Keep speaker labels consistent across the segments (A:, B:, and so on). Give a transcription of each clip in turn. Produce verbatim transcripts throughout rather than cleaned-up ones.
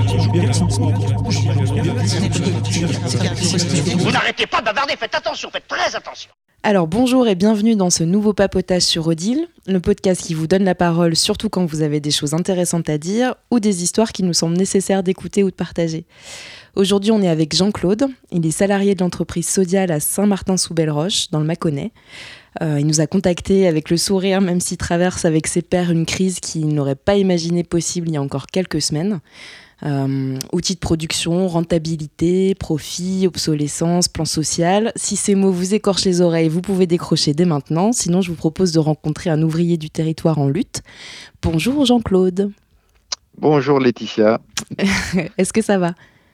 A: Vous n'arrêtez pas de bavarder, faites attention, faites très attention.
B: Alors bonjour et bienvenue dans ce nouveau papotage sur Odile, le podcast qui vous donne la parole surtout quand vous avez des choses intéressantes à dire ou des histoires qui nous semblent nécessaires d'écouter ou de partager. Aujourd'hui on est avec Jean-Claude, il est salarié de l'entreprise Sodial à Saint-Martin-sous-Belle-Roche dans le Mâconnais. Euh, il nous a contactés avec le sourire même s'il traverse avec ses pairs une crise qu'il n'aurait pas imaginé possible il y a encore quelques semaines. Euh, outils de production, rentabilité, profit, obsolescence, plan social. Si ces mots vous écorchent les oreilles, vous pouvez décrocher dès maintenant. Sinon, je vous propose de rencontrer un ouvrier du territoire en lutte. Bonjour Jean-Claude.
C: Bonjour Laetitia.
B: Est-ce que ça va ?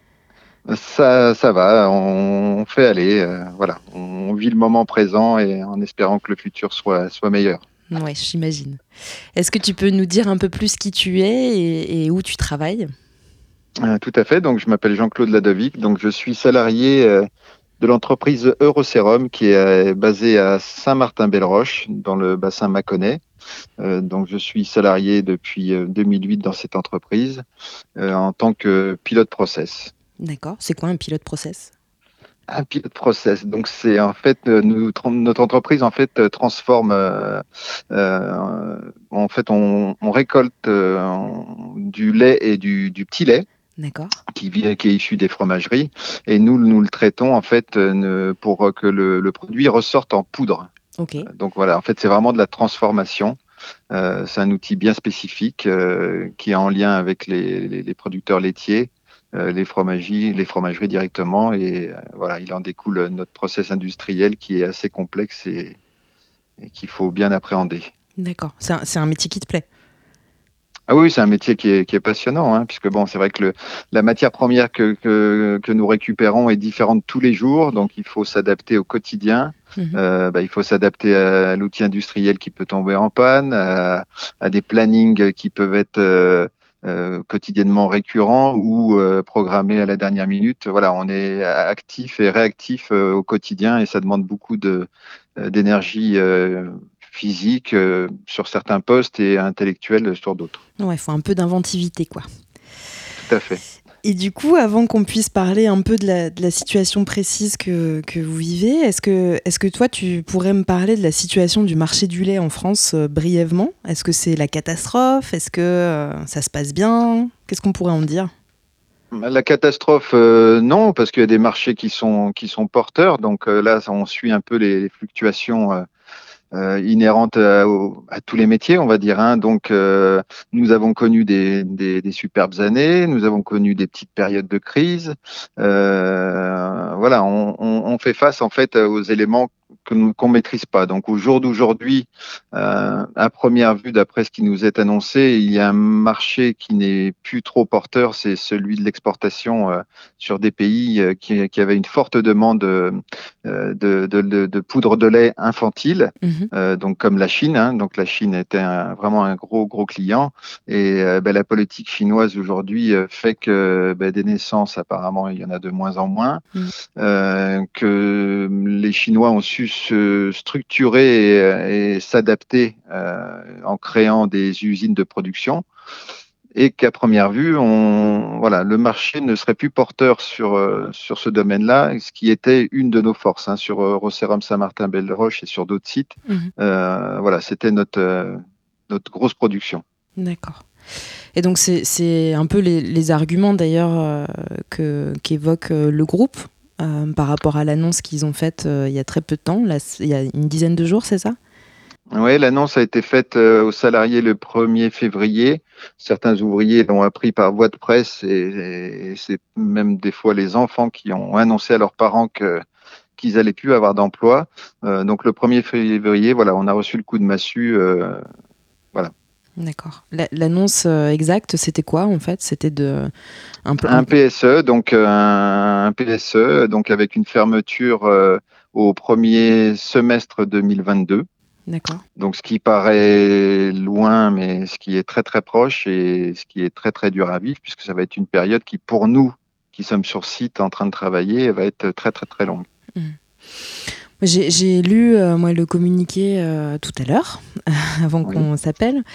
C: Ça, ça va, on fait aller. Euh, voilà, on vit le moment présent et en espérant que le futur soit, soit meilleur.
B: Ouais, j'imagine. Est-ce que tu peux nous dire un peu plus qui tu es et, et où tu travailles ?
C: Euh, tout à fait. Donc, je m'appelle Jean-Claude Ladovic. Donc, je suis salarié euh, de l'entreprise Eurosérum qui est euh, basée à Saint-Martin-Belle-Roche, dans le bassin Mâconnais. Euh, donc, je suis salarié depuis euh, deux mille huit dans cette entreprise euh, en tant que pilote process.
B: D'accord. C'est quoi un pilote process ?
C: Un pilote process. Donc, c'est en fait euh, nous, notre entreprise en fait euh, transforme. Euh, euh, en fait, on, on récolte euh, du lait et du, du petit lait.
B: D'accord.
C: Qui, vient, qui est issu des fromageries et nous nous le traitons en fait euh, pour que le, le produit ressorte en poudre.
B: Ok.
C: Euh, donc voilà, en fait c'est vraiment de la transformation. Euh, c'est un outil bien spécifique euh, qui est en lien avec les, les, les producteurs laitiers, euh, les fromageries, les fromageries directement et euh, voilà, il en découle notre process industriel qui est assez complexe et, et qu'il faut bien appréhender.
B: D'accord. C'est un, c'est un métier qui te plaît ?
C: Ah oui, c'est un métier qui est, qui est passionnant, hein, puisque bon, c'est vrai que le, la matière première que, que, que nous récupérons est différente tous les jours, donc il faut s'adapter au quotidien. Mmh. Euh, bah, il faut s'adapter à l'outil industriel qui peut tomber en panne, à, à des plannings qui peuvent être euh, euh, quotidiennement récurrents ou euh, programmés à la dernière minute. Voilà, on est actif et réactif euh, au quotidien et ça demande beaucoup de, euh, d'énergie euh, physique euh, sur certains postes et intellectuel sur d'autres.
B: Ouais, il faut un peu d'inventivité, quoi.
C: Tout à fait.
B: Et du coup, avant qu'on puisse parler un peu de la, de la situation précise que, que vous vivez, est-ce que, est-ce que toi, tu pourrais me parler de la situation du marché du lait en France euh, brièvement ? Est-ce que c'est la catastrophe ? Est-ce que euh, ça se passe bien ? Qu'est-ce qu'on pourrait en dire ?
C: La catastrophe, euh, non, parce qu'il y a des marchés qui sont, qui sont porteurs. Donc euh, là, on suit un peu les, les fluctuations euh, Euh, inhérente à, à tous les métiers, on va dire. Hein. Donc, euh, nous avons connu des, des, des superbes années, nous avons connu des petites périodes de crise. Euh, voilà, on, on, on fait face en fait aux éléments que nous, qu'on maîtrise pas. Donc, au jour d'aujourd'hui, euh, à première vue, d'après ce qui nous est annoncé, il y a un marché qui n'est plus trop porteur, c'est celui de l'exportation euh, sur des pays euh, qui, qui avaient une forte demande euh, de, de, de, de poudre de lait infantile. Mmh. Euh, donc comme la Chine, hein, donc la Chine était un, vraiment un gros gros client et euh, ben, la politique chinoise aujourd'hui euh, fait que ben, des naissances apparemment il y en a de moins en moins, mmh. euh, que les Chinois ont su se structurer et, et s'adapter euh, en créant des usines de production. Et qu'à première vue, on, voilà, le marché ne serait plus porteur sur, euh, sur ce domaine-là, ce qui était une de nos forces, hein, sur Eurosérum Saint-Martin-Belle-Roche et sur d'autres sites. Mmh. Euh, voilà, c'était notre, euh, notre grosse production.
B: D'accord. Et donc, c'est, c'est un peu les, les arguments d'ailleurs euh, que, qu'évoque euh, le groupe euh, par rapport à l'annonce qu'ils ont faite euh, il y a très peu de temps, là, il y a une dizaine de jours, c'est ça ?
C: Oui, l'annonce a été faite euh, aux salariés le premier février. Certains ouvriers l'ont appris par voie de presse et, et c'est même des fois les enfants qui ont annoncé à leurs parents que, qu'ils allaient plus avoir d'emploi. Euh, donc le premier février, voilà, on a reçu le coup de massue. Euh, voilà.
B: D'accord. La, l'annonce euh, exacte, c'était quoi en fait ? C'était de
C: un, peu, un P S E, donc euh, un, un P S E, donc avec une fermeture euh, au premier semestre deux mille vingt-deux.
B: D'accord.
C: Donc, ce qui paraît loin, mais ce qui est très, très proche et ce qui est très, très dur à vivre, puisque ça va être une période qui, pour nous, qui sommes sur site en train de travailler, va être très, très, très longue.
B: Mmh. J'ai, j'ai lu, euh, moi, le communiqué euh, tout à l'heure, avant oui. qu'on s'appelle.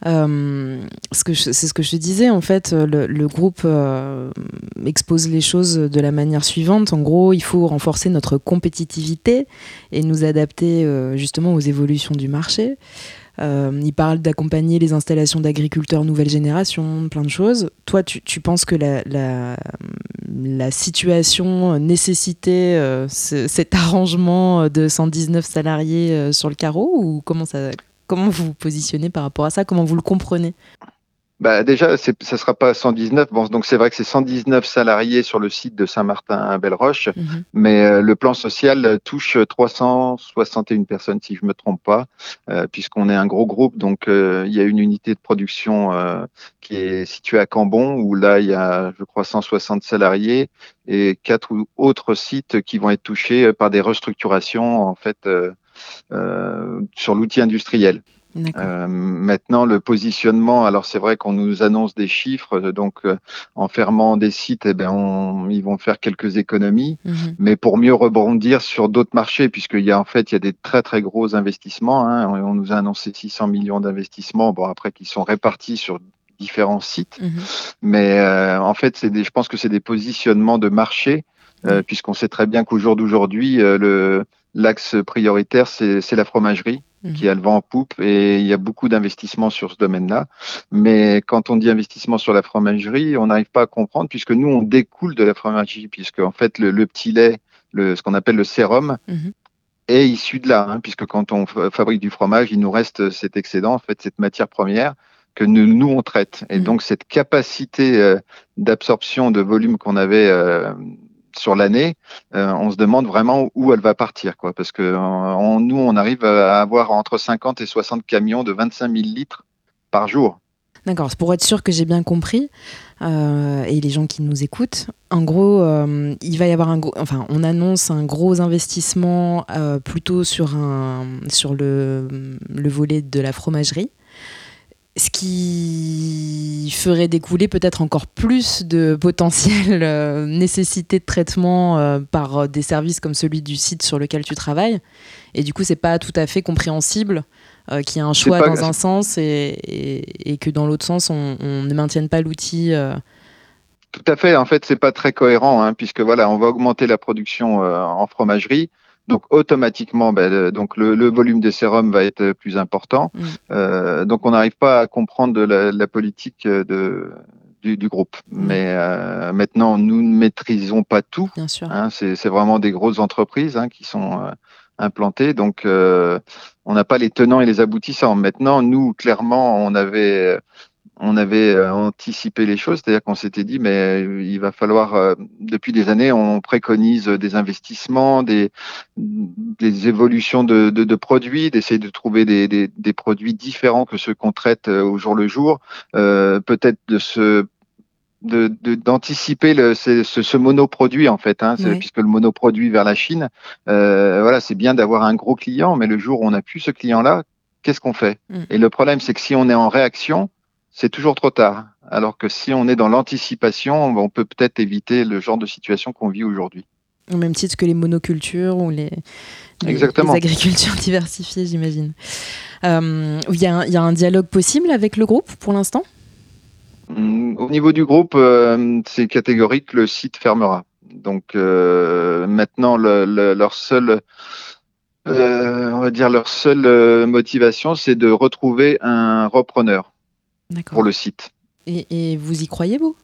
B: Euh, ce que je, c'est ce que je te disais, en fait, le, le groupe euh, expose les choses de la manière suivante. En gros, il faut renforcer notre compétitivité et nous adapter euh, justement aux évolutions du marché. Euh, il parle d'accompagner les installations d'agriculteurs nouvelle génération, plein de choses. Toi, tu, tu penses que la, la, la situation nécessitait euh, ce, cet arrangement de cent dix-neuf salariés euh, sur le carreau, ou comment ça, comment vous vous positionnez par rapport à ça? Comment vous le comprenez?
C: Bah déjà, c'est, ça sera pas cent dix-neuf. Bon, donc c'est vrai que c'est cent dix-neuf salariés sur le site de Saint-Martin-Belle-Roche,
B: Mhm.
C: mais euh, le plan social touche trois cent soixante et une personnes, si je me trompe pas, euh, puisqu'on est un gros groupe. Donc euh, il y a une unité de production euh, qui est située à Cambon, où là il y a, je crois, cent soixante salariés et quatre ou autres sites qui vont être touchés par des restructurations en fait euh, euh, sur l'outil industriel.
B: D'accord.
C: Euh, maintenant, le positionnement, alors c'est vrai qu'on nous annonce des chiffres, donc euh, en fermant des sites, eh ben, on, ils vont faire quelques économies,
B: Mhm.
C: mais pour mieux rebondir sur d'autres marchés, puisqu'il y a en fait il y a des très très gros investissements. Hein, on, on nous a annoncé six cents millions d'investissements, bon après qui sont répartis sur différents sites,
B: Mhm.
C: mais euh, en fait c'est des, je pense que c'est des positionnements de marché, euh,
B: Ouais.
C: puisqu'on sait très bien qu'au jour d'aujourd'hui, euh, le l'axe prioritaire c'est, c'est la fromagerie
B: Mhm.
C: qui a le vent en poupe et il y a beaucoup d'investissements sur ce domaine-là. Mais quand on dit investissement sur la fromagerie, on n'arrive pas à comprendre puisque nous, on découle de la fromagerie, puisque en fait, le, le petit lait, le, ce qu'on appelle le sérum,
B: Mhm.
C: est issu de là, hein, puisque quand on f- fabrique du fromage, il nous reste cet excédent, en fait, cette matière première que nous, nous on traite. Et
B: Mhm.
C: donc, cette capacité euh, d'absorption de volume qu'on avait euh, sur l'année, euh, on se demande vraiment où elle va partir, quoi, parce que euh, on, nous, on arrive à avoir entre cinquante et soixante camions de vingt-cinq mille litres par jour.
B: D'accord, c'est pour être sûr que j'ai bien compris, euh, et les gens qui nous écoutent, en gros, euh, il va y avoir un gros, enfin, on annonce un gros investissement euh, plutôt sur un, sur le, le volet de la fromagerie, ce qui ferait découler peut-être encore plus de potentielle euh, nécessité de traitement euh, par des services comme celui du site sur lequel tu travailles. Et du coup, c'est pas tout à fait compréhensible euh, qu'il y ait un
C: C'est
B: choix
C: pas,
B: dans un sens et, et, et que dans l'autre sens, on, on ne maintienne pas l'outil. Euh...
C: Tout à fait. En fait, c'est pas très cohérent, hein, puisque voilà, on va augmenter la production euh, en fromagerie. Donc automatiquement, ben, le, donc le, le volume des sérums va être plus important.
B: Mm,
C: Euh, donc on n'arrive pas à comprendre de la, la politique de, du, du groupe.
B: ouais,
C: Mais euh, maintenant, nous ne maîtrisons pas tout.
B: bien sûr.
C: Hein, c'est, c'est vraiment des grosses entreprises hein, qui sont euh, implantées. Donc euh, on n'a pas les tenants et les aboutissants. Maintenant, nous, clairement, on avait on avait euh, anticipé les choses, c'est-à-dire qu'on s'était dit, mais euh, il va falloir, euh, depuis des années, on préconise des investissements, des, des évolutions de, de, de produits, d'essayer de trouver des, des, des produits différents que ceux qu'on traite euh, au jour le jour, euh, peut-être de se de, de, d'anticiper le, ce, ce, ce monoproduit en fait, hein, c'est,
B: Ouais.
C: puisque le monoproduit vers la Chine, euh, voilà, c'est bien d'avoir un gros client, mais le jour où on n'a plus ce client-là, qu'est-ce qu'on fait?
B: Mm.
C: Et le problème, c'est que si on est en réaction, c'est toujours trop tard. Alors que si on est dans l'anticipation, on peut peut-être éviter le genre de situation qu'on vit aujourd'hui.
B: Au même titre que les monocultures ou les, les, les
C: Exactement.
B: agricultures diversifiées, j'imagine. Euh, Il y, a, y a un dialogue possible avec le groupe pour l'instant?
C: Hum, Au niveau du groupe, euh, c'est catégorique, le site fermera. Donc euh, maintenant, le, le, leur seul Euh, on va dire leur seule euh, motivation, c'est de retrouver un repreneur pour
B: D'accord.
C: le site.
B: Et, et vous y croyez, vous?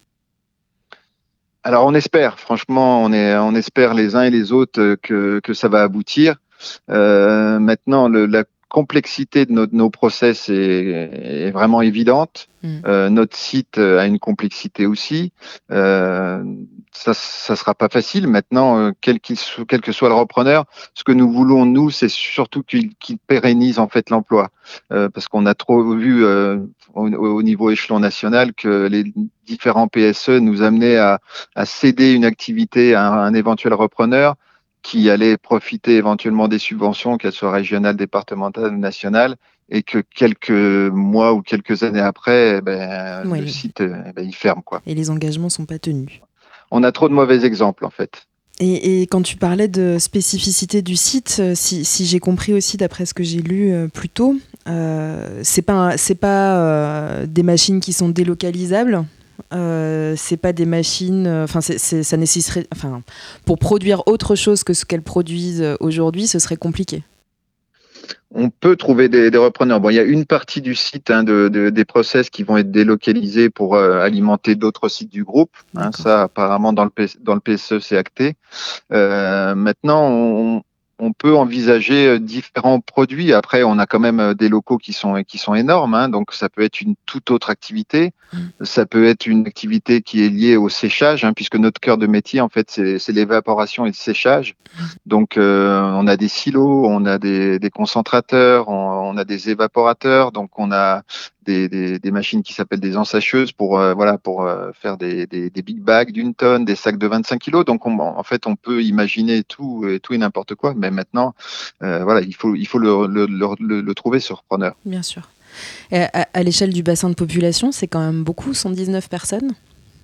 C: Alors on espère, franchement, on, est, on espère les uns et les autres euh, que, que ça va aboutir. Euh, maintenant, le, la complexité de nos, nos process est, est vraiment évidente.
B: Mm.
C: Euh, notre site a une complexité aussi. Euh, ça, ça sera pas facile. Maintenant, euh, quel, qu'il soit, quel que soit le repreneur, ce que nous voulons nous, c'est surtout qu'il, qu'il pérennise en fait l'emploi, euh, parce qu'on a trop vu euh, au, au niveau échelon national que les différents P S E nous amenaient à, à céder une activité à un, un éventuel repreneur qui allait profiter éventuellement des subventions, qu'elles soient régionales, départementales ou nationales, et que quelques mois ou quelques années après, eh ben,
B: Ouais,
C: le
B: les-
C: site, eh ben, il ferme, quoi.
B: et les engagements sont pas tenus.
C: On a trop de mauvais exemples, en fait.
B: Et, et quand tu parlais de spécificité du site, euh, si, si j'ai compris aussi d'après ce que j'ai lu euh, plus tôt, euh, c'est pas, c'est pas euh, des machines qui sont délocalisables. Euh, c'est pas des machines. Enfin, euh, c'est, c'est, ça nécessiterait. Enfin, pour produire autre chose que ce qu'elles produisent aujourd'hui, ce serait compliqué.
C: On peut trouver des, des repreneurs. Bon, il y a une partie du site hein, de, de, des process qui vont être délocalisés pour euh, alimenter d'autres sites du groupe. Hein, ça, apparemment, dans le, P S, dans le P S E, c'est acté. Euh, maintenant, on, on peut envisager différents produits. Après, on a quand même des locaux qui sont qui sont énormes, hein, donc ça peut être une toute autre activité. Mmh. Ça peut être une activité qui est liée au séchage, hein, puisque notre cœur de métier, en fait, c'est, c'est l'évaporation et le séchage. Donc, euh, on a des silos, on a des, des concentrateurs, on, on a des évaporateurs, donc on a Des, des, des machines qui s'appellent des ensacheuses pour euh, voilà pour euh, faire des, des, des big bags d'une tonne, des sacs de vingt-cinq kilos. Donc on, en fait on peut imaginer tout et tout et n'importe quoi. Mais maintenant euh, voilà il faut il faut le, le, le, le trouver ce repreneur.
B: Bien sûr. Et à, à l'échelle du bassin de population, c'est quand même beaucoup, cent dix-neuf personnes.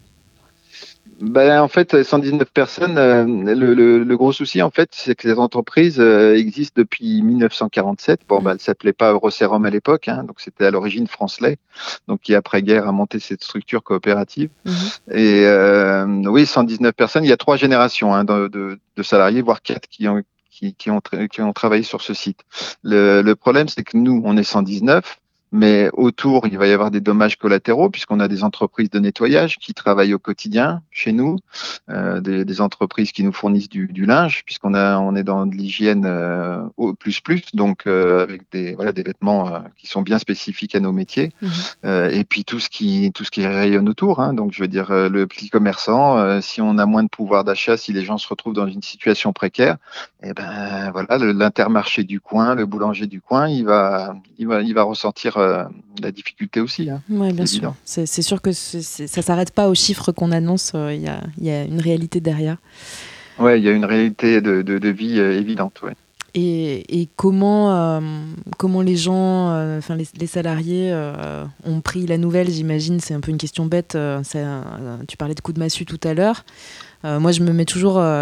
C: Ben, en fait, cent dix-neuf personnes, euh, le, le, le gros souci, en fait, c'est que les entreprises euh, existent depuis mille neuf cent quarante-sept. Bon, mmh. ben, elles ne s'appelaient pas Eurosérum à l'époque, hein, donc c'était à l'origine Francelet, donc qui après-guerre a monté cette structure coopérative. Mmh. Et euh, oui, cent dix-neuf personnes, il y a trois générations hein, de, de, de salariés, voire quatre qui ont, qui, qui, ont, qui ont travaillé sur ce site. Le, le problème, c'est que nous, on est cent dix-neuf. Mais autour, il va y avoir des dommages collatéraux puisqu'on a des entreprises de nettoyage qui travaillent au quotidien chez nous, euh, des, des entreprises qui nous fournissent du, du linge puisqu'on a, on est dans de l'hygiène euh, au plus plus, donc euh, avec des, voilà, des vêtements euh, qui sont bien spécifiques à nos métiers. Mmh. Euh, et puis tout ce qui, tout ce qui rayonne autour. Hein, donc je veux dire euh, le petit commerçant, euh, si on a moins de pouvoir d'achat, si les gens se retrouvent dans une situation précaire, et ben voilà, le, l'intermarché du coin, le boulanger du coin, il va, il va, il va ressentir Euh, la difficulté aussi. Hein.
B: Oui, bien sûr. C'est, c'est sûr que c'est, c'est, ça ne s'arrête pas aux chiffres qu'on annonce, il euh, y, a, y a une réalité derrière.
C: Oui, il y a une réalité de, de, de vie euh, évidente. Ouais.
B: Et, et comment, euh, comment les gens, euh, enfin les, les salariés euh, ont pris la nouvelle, j'imagine, c'est un peu une question bête. Euh, c'est un, tu parlais de coup de massue tout à l'heure. Euh, moi, je me mets toujours euh,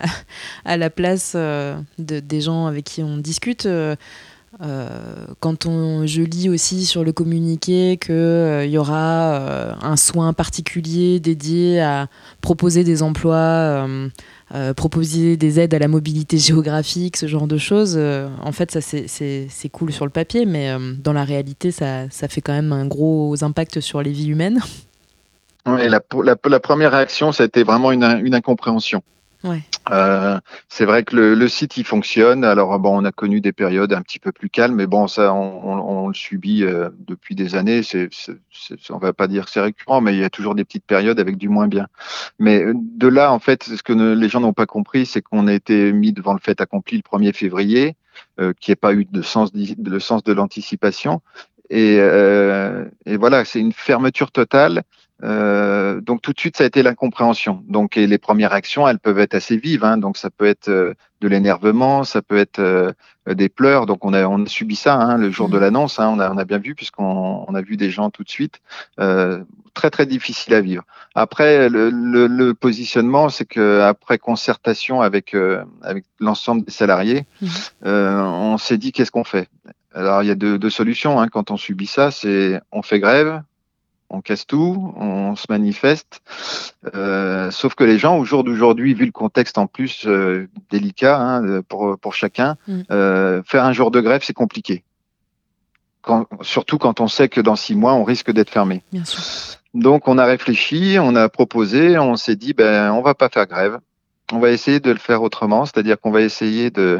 B: à la place euh, de, des gens avec qui on discute. Euh, Euh, quand on, je lis aussi sur le communiqué qu'il euh, y aura euh, un soin particulier dédié à proposer des emplois, euh, euh, proposer des aides à la mobilité géographique, ce genre de choses, euh, en fait ça c'est, c'est, c'est cool sur le papier, mais euh, dans la réalité ça, ça fait quand même un gros impact sur les vies humaines.
C: Oui, la, la, la première réaction, ça a été vraiment une, une incompréhension.
B: Ouais.
C: Euh, c'est vrai que le, le site il fonctionne. Alors bon, on a connu des périodes un petit peu plus calmes, mais bon, ça, on, on, on le subit euh, depuis des années. C'est, c'est, c'est, on va pas dire que c'est récurrent, mais il y a toujours des petites périodes avec du moins bien. Mais de là, en fait, ce que ne, les gens n'ont pas compris, c'est qu'on a été mis devant le fait accompli le premier février, euh, qui n'a pas eu de sens, de, le sens de l'anticipation. Et, euh, et voilà, c'est une fermeture totale. Euh, donc tout de suite, ça a été l'incompréhension. Donc et les premières réactions, elles peuvent être assez vives. Hein, donc ça peut être euh, de l'énervement, ça peut être euh, des pleurs. Donc on a on a subi ça hein, le jour mmh. de l'annonce. Hein, on a on a bien vu puisqu'on on a vu des gens tout de suite. Euh, très très difficile à vivre. Après le, le, le positionnement, c'est que après concertation avec euh, avec l'ensemble des salariés, mmh. euh, on s'est dit qu'est-ce qu'on fait. Alors il y a deux, deux solutions hein, quand on subit ça, c'est on fait grève. On casse tout, on se manifeste. Euh, sauf que les gens, au jour d'aujourd'hui, vu le contexte en plus euh, délicat hein, pour, pour chacun, mmh. euh, faire un jour de grève, c'est compliqué. Quand, surtout quand on sait que dans six mois, on risque d'être fermé.
B: Bien sûr.
C: Donc, on a réfléchi, on a proposé, on s'est dit, ben, on va pas faire grève. On va essayer de le faire autrement, c'est-à-dire qu'on va essayer de,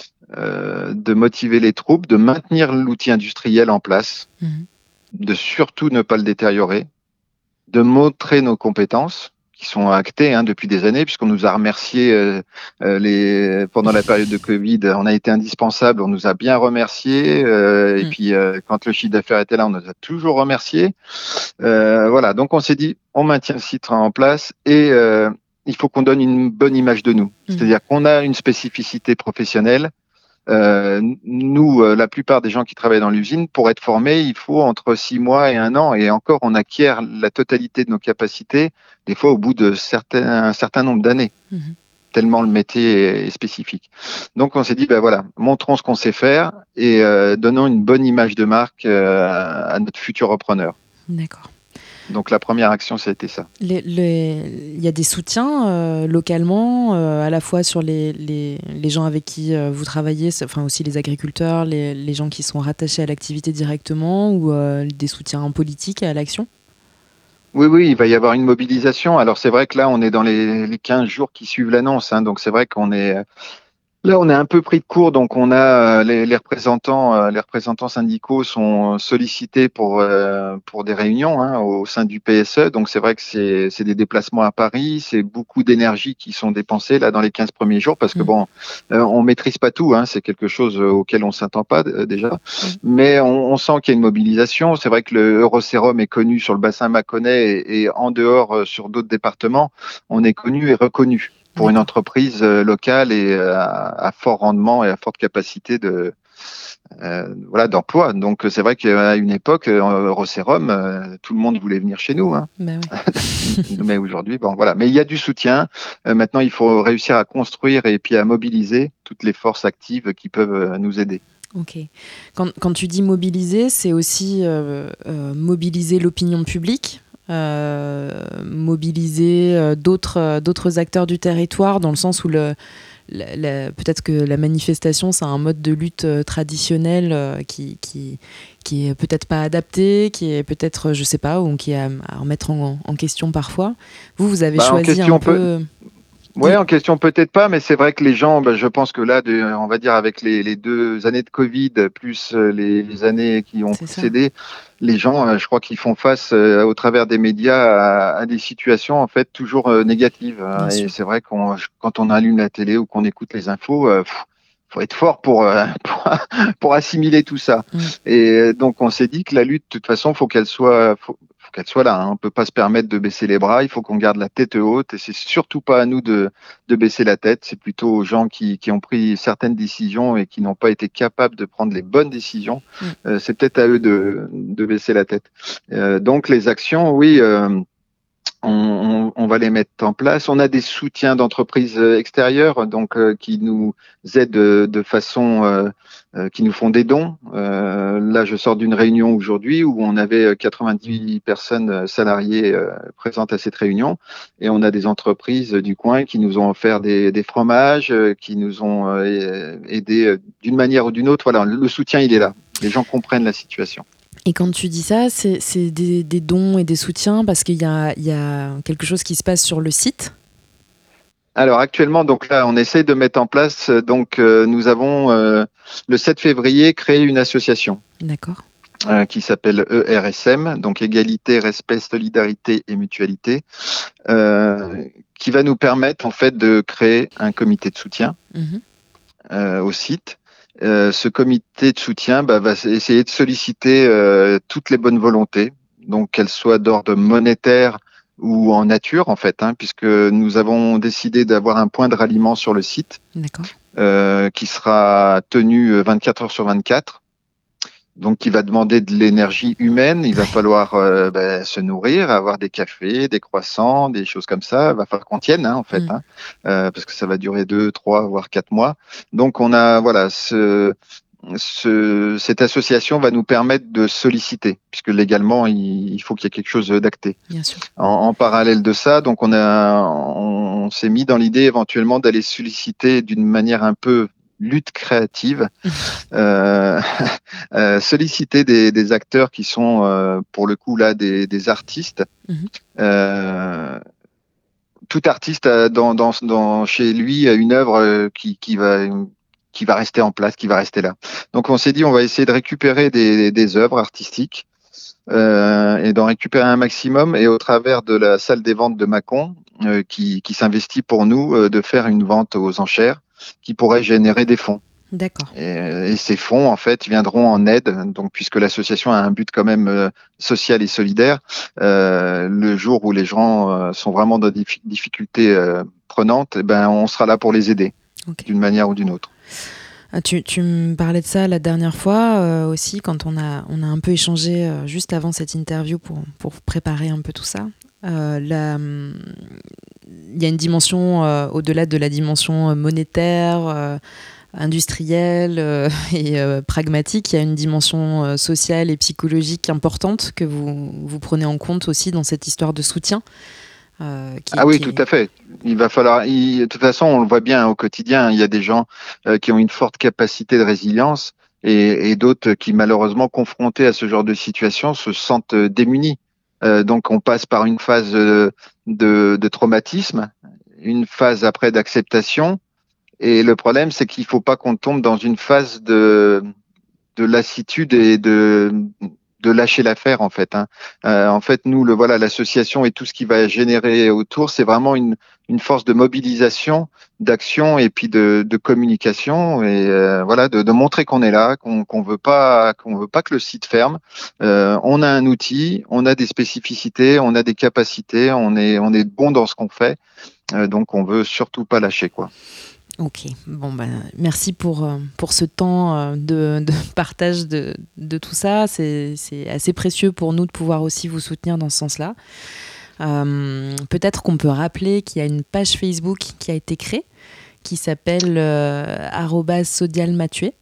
C: euh, de motiver les troupes, de maintenir l'outil industriel en place. Mmh. De surtout ne pas le détériorer, de montrer nos compétences qui sont actées hein, depuis des années, puisqu'on nous a remercié euh, les... pendant la période de Covid, on a été indispensable, on nous a bien remercié, euh, mmh. et puis euh, quand le chiffre d'affaires était là, on nous a toujours remercié. Euh, voilà, donc on s'est dit, on maintient le site en place et euh, il faut qu'on donne une bonne image de nous, mmh. c'est-à-dire qu'on a une spécificité professionnelle. Euh, nous, euh, la plupart des gens qui travaillent dans l'usine, pour être formés, il faut entre six mois et un an. Et encore, on acquiert la totalité de nos capacités, des fois au bout de certains, un certain nombre d'années. Mmh. tellement le métier est, est spécifique. Donc on s'est dit, ben voilà, montrons ce qu'on sait faire et euh, donnons une bonne image de marque euh, à, à notre futur repreneur.
B: D'accord.
C: Donc la première action, c'était ça.
B: Les, les... Il y a des soutiens euh, localement, euh, à la fois sur les, les, les gens avec qui euh, vous travaillez, enfin aussi les agriculteurs, les, les gens qui sont rattachés à l'activité directement, ou euh, des soutiens politiques à l'action ?
C: Oui, oui, il va y avoir une mobilisation. Alors c'est vrai que là, on est dans les, les quinze jours qui suivent l'annonce, hein, donc c'est vrai qu'on est... Là, on est un peu pris de court, donc on a euh, les, les représentants, euh, les représentants syndicaux sont sollicités pour euh, pour des réunions hein, au sein du P S E. Donc c'est vrai que c'est c'est des déplacements à Paris, c'est beaucoup d'énergie qui sont dépensées là dans les quinze premiers jours parce que
B: Mmh.
C: bon, euh, on maîtrise pas tout, hein, c'est quelque chose auquel on s'attend pas euh, déjà,
B: Mmh.
C: mais on, on sent qu'il y a une mobilisation. C'est vrai que le Eurosérum est connu sur le bassin mâconnais et, et en dehors euh, sur d'autres départements, on est connu et reconnu pour une entreprise euh, locale et euh, à, à fort rendement et à forte capacité de euh, voilà d'emploi. Donc c'est vrai qu'à une époque, euh, Eurosérum, euh, tout le monde voulait venir chez nous. Hein.
B: Bah oui.
C: Mais aujourd'hui, bon voilà. Mais il y a du soutien. Euh, maintenant, il faut réussir à construire et puis à mobiliser toutes les forces actives qui peuvent euh, nous aider.
B: Ok. Quand, quand tu dis mobiliser, c'est aussi euh, euh, mobiliser l'opinion publique, euh, mobiliser euh, d'autres, euh, d'autres acteurs du territoire, dans le sens où le, la, la, peut-être que la manifestation, c'est un mode de lutte euh, traditionnel euh, qui, qui, qui est peut-être pas adapté, qui est peut-être, je sais pas, ou qui est à, à remettre en, en question parfois. Vous, vous avez
C: Bah,
B: choisi un peu...
C: Peut... Oui, en question peut-être pas, mais c'est vrai que les gens, ben, je pense que là, de, on va dire avec les, les deux années de Covid plus les, les années qui ont
B: C'est
C: précédé,
B: ça.
C: les gens, je crois qu'ils font face euh, au travers des médias à, à des situations en fait toujours euh, négatives.
B: Bien
C: Et
B: sûr.
C: c'est vrai qu'on, quand on allume la télé ou qu'on écoute les infos, euh, pff, faut être fort pour, euh, pour pour assimiler tout ça.
B: Mm.
C: Et donc on s'est dit que la lutte, de toute façon, faut qu'elle soit, faut, faut qu'elle soit là. Hein. On peut pas se permettre de baisser les bras. Il faut qu'on garde la tête haute. Et c'est surtout pas à nous de de baisser la tête. C'est plutôt aux gens qui qui ont pris certaines décisions et qui n'ont pas été capables de prendre les bonnes décisions.
B: Mm.
C: Euh, c'est peut-être à eux de de baisser la tête. Euh, donc les actions, oui. Euh, On, on, on va les mettre en place. On a des soutiens d'entreprises extérieures, donc euh, qui nous aident de, de façon, euh, euh, qui nous font des dons. Euh, là, je sors d'une réunion aujourd'hui où on avait quatre-vingt-dix personnes salariées euh, présentes à cette réunion, et on a des entreprises du coin qui nous ont offert des, des fromages, euh, qui nous ont euh, aidés d'une manière ou d'une autre. Voilà, le soutien, il est là. Les gens comprennent la situation.
B: Et quand tu dis ça, c'est, c'est des, des dons et des soutiens parce qu'il y a, il y a quelque chose qui se passe sur le site ?
C: Alors actuellement, donc là, on essaie de mettre en place. Donc, euh, nous avons euh, le sept février créé une association.
B: D'accord.
C: Euh, qui s'appelle E R S M, donc Égalité, Respect, Solidarité et Mutualité, euh, qui va nous permettre en fait de créer un comité de soutien mmh. euh, au site. Euh, ce comité de soutien bah, va essayer de solliciter euh, toutes les bonnes volontés, donc qu'elles soient d'ordre monétaire ou en nature en fait, hein, puisque nous avons décidé d'avoir un point de ralliement sur le site,
B: D'accord.
C: Euh, qui sera tenu vingt-quatre heures sur vingt-quatre. Donc, qui va demander de l'énergie humaine. Il va falloir euh, ben, se nourrir, avoir des cafés, des croissants, des choses comme ça. Il va falloir qu'on tienne, hein, en fait, mmh. hein, euh, parce que ça va durer deux, trois, voire quatre mois. Donc, on a, voilà, ce, ce, cette association va nous permettre de solliciter, puisque légalement, il, il faut qu'il y ait quelque chose d'acté.
B: Bien sûr.
C: En, en parallèle de ça, donc, on a, on, on s'est mis dans l'idée éventuellement d'aller solliciter d'une manière un peu lutte créative, euh, euh, solliciter des, des acteurs qui sont euh, pour le coup là des, des artistes. Mmh. Euh, tout artiste a dans, dans, dans chez lui a une œuvre qui, qui va qui va rester en place, qui va rester là. Donc on s'est dit on va essayer de récupérer des, des œuvres artistiques euh, et d'en récupérer un maximum, et au travers de la salle des ventes de Mâcon euh, qui, qui s'investit pour nous euh, de faire une vente aux enchères qui pourrait générer des fonds.
B: D'accord.
C: Et, et ces fonds, en fait, viendront en aide. Donc, puisque l'association a un but quand même euh, social et solidaire, euh, le jour où les gens euh, sont vraiment dans des difficultés euh, prenantes, eh ben, on sera là pour les aider, okay. d'une manière ou d'une autre.
B: Ah, tu, tu me parlais de ça la dernière fois euh, aussi, quand on a, on a un peu échangé euh, juste avant cette interview pour, pour préparer un peu tout ça. Euh, la, y a une dimension euh, au-delà de la dimension monétaire, euh, industrielle euh, et euh, pragmatique. Il y a une dimension euh, sociale et psychologique importante que vous, vous prenez en compte aussi dans cette histoire de soutien. Euh, qui,
C: ah oui,
B: qui...
C: tout à fait. Il va falloir. Il, de toute façon, on le voit bien au quotidien. Il y a des gens euh, qui ont une forte capacité de résilience et, et d'autres qui, malheureusement, confrontés à ce genre de situation, se sentent démunis. Euh, donc, on passe par une phase de, de, de traumatisme, une phase après d'acceptation. Et le problème, c'est qu'il faut pas qu'on tombe dans une phase de, de lassitude et de, de lâcher l'affaire, en fait. Hein. Euh, en fait, nous, le voilà, l'association et tout ce qui va générer autour, c'est vraiment une, une force de mobilisation, d'action et puis de, de communication et euh, voilà, de, de montrer qu'on est là, qu'on qu'on veut pas, qu'on veut pas que le site ferme. Euh, on a un outil, on a des spécificités, on a des capacités, on est, on est bon dans ce qu'on fait, euh, donc on veut surtout pas lâcher, quoi.
B: Ok, bon ben merci pour, pour ce temps de, de partage de, de tout ça. C'est, c'est assez précieux pour nous de pouvoir aussi vous soutenir dans ce sens-là. Euh, peut-être qu'on peut rappeler qu'il y a une page Facebook qui a été créée qui s'appelle euh, arobase sodialmatué.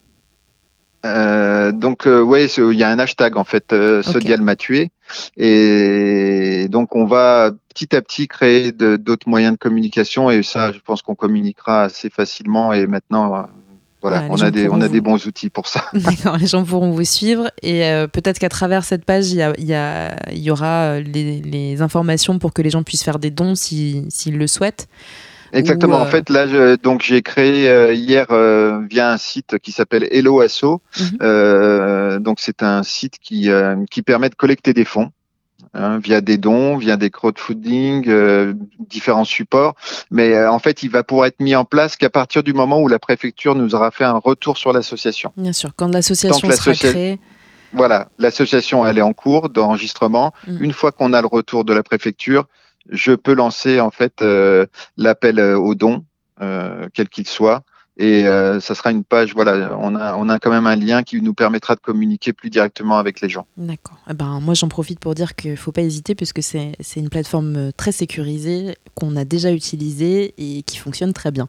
C: Euh, donc euh, ouais, il y a un hashtag en fait, euh,
B: Okay.
C: Sodial m'a tué, et donc on va petit à petit créer de, d'autres moyens de communication et ça, je pense qu'on communiquera assez facilement et maintenant, euh, voilà,
B: Voilà,
C: on a des on a
B: vous...
C: des bons outils pour ça.
B: D'accord, les gens pourront vous suivre et euh, peut-être qu'à travers cette page, il y, a, il y, a, il y aura les, les informations pour que les gens puissent faire des dons si, s'ils le souhaitent.
C: Exactement.
B: Ou, euh...
C: En fait, là, je, donc j'ai créé euh, hier euh, via un site qui s'appelle Hello Asso. Mm-hmm. Euh, donc c'est un site qui euh, qui permet de collecter des fonds hein, via des dons, via des crowdfunding, euh, différents supports. Mais euh, en fait, il va pouvoir être mis en place qu'à partir du moment où la préfecture nous aura fait un retour sur l'association.
B: Bien sûr. Quand l'association sera créée.
C: Voilà, l'association elle est en cours d'enregistrement. Mm. Une fois qu'on a le retour de la préfecture, je peux lancer en fait euh, l'appel aux dons, euh, quel qu'il soit, et euh, ça sera une page. Voilà, on a on a quand même un lien qui nous permettra de communiquer plus directement avec les gens.
B: D'accord. Eh ben moi j'en profite pour dire qu'il faut pas hésiter puisque c'est c'est une plateforme très sécurisée qu'on a déjà utilisée et qui fonctionne très bien.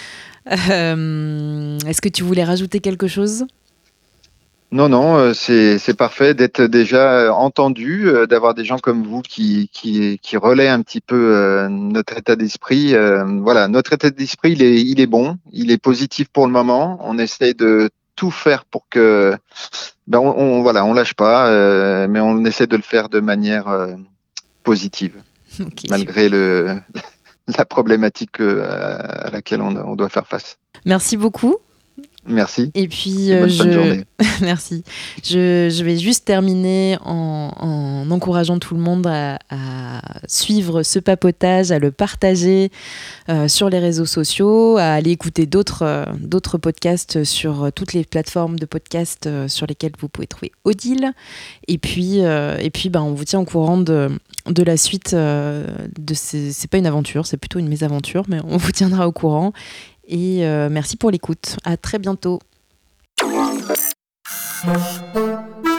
B: Euh, est-ce que tu voulais rajouter quelque chose ?
C: Non, non, c'est, c'est parfait d'être déjà entendu, d'avoir des gens comme vous qui, qui, qui relaient un petit peu euh, notre état d'esprit. Euh, voilà, notre état d'esprit, il est, il est bon, il est positif pour le moment. On essaie de tout faire pour que, ben, on, on voilà, on lâche pas, euh, mais on essaie de le faire de manière euh, positive, okay. Malgré le, la problématique à laquelle on, on doit faire face.
B: Merci beaucoup.
C: Merci.
B: Et puis,
C: et bonne
B: je...
C: fin de journée.
B: Merci. Je, je vais juste terminer en, en encourageant tout le monde à, à suivre ce papotage, à le partager euh, sur les réseaux sociaux, à aller écouter d'autres, euh, d'autres podcasts sur toutes les plateformes de podcasts euh, sur lesquelles vous pouvez trouver Odile. Et puis, euh, et puis ben, on vous tient au courant de, de la suite euh, de ces... C'est pas une aventure, c'est plutôt une mésaventure, mais on vous tiendra au courant. Et euh, merci pour l'écoute. À très bientôt.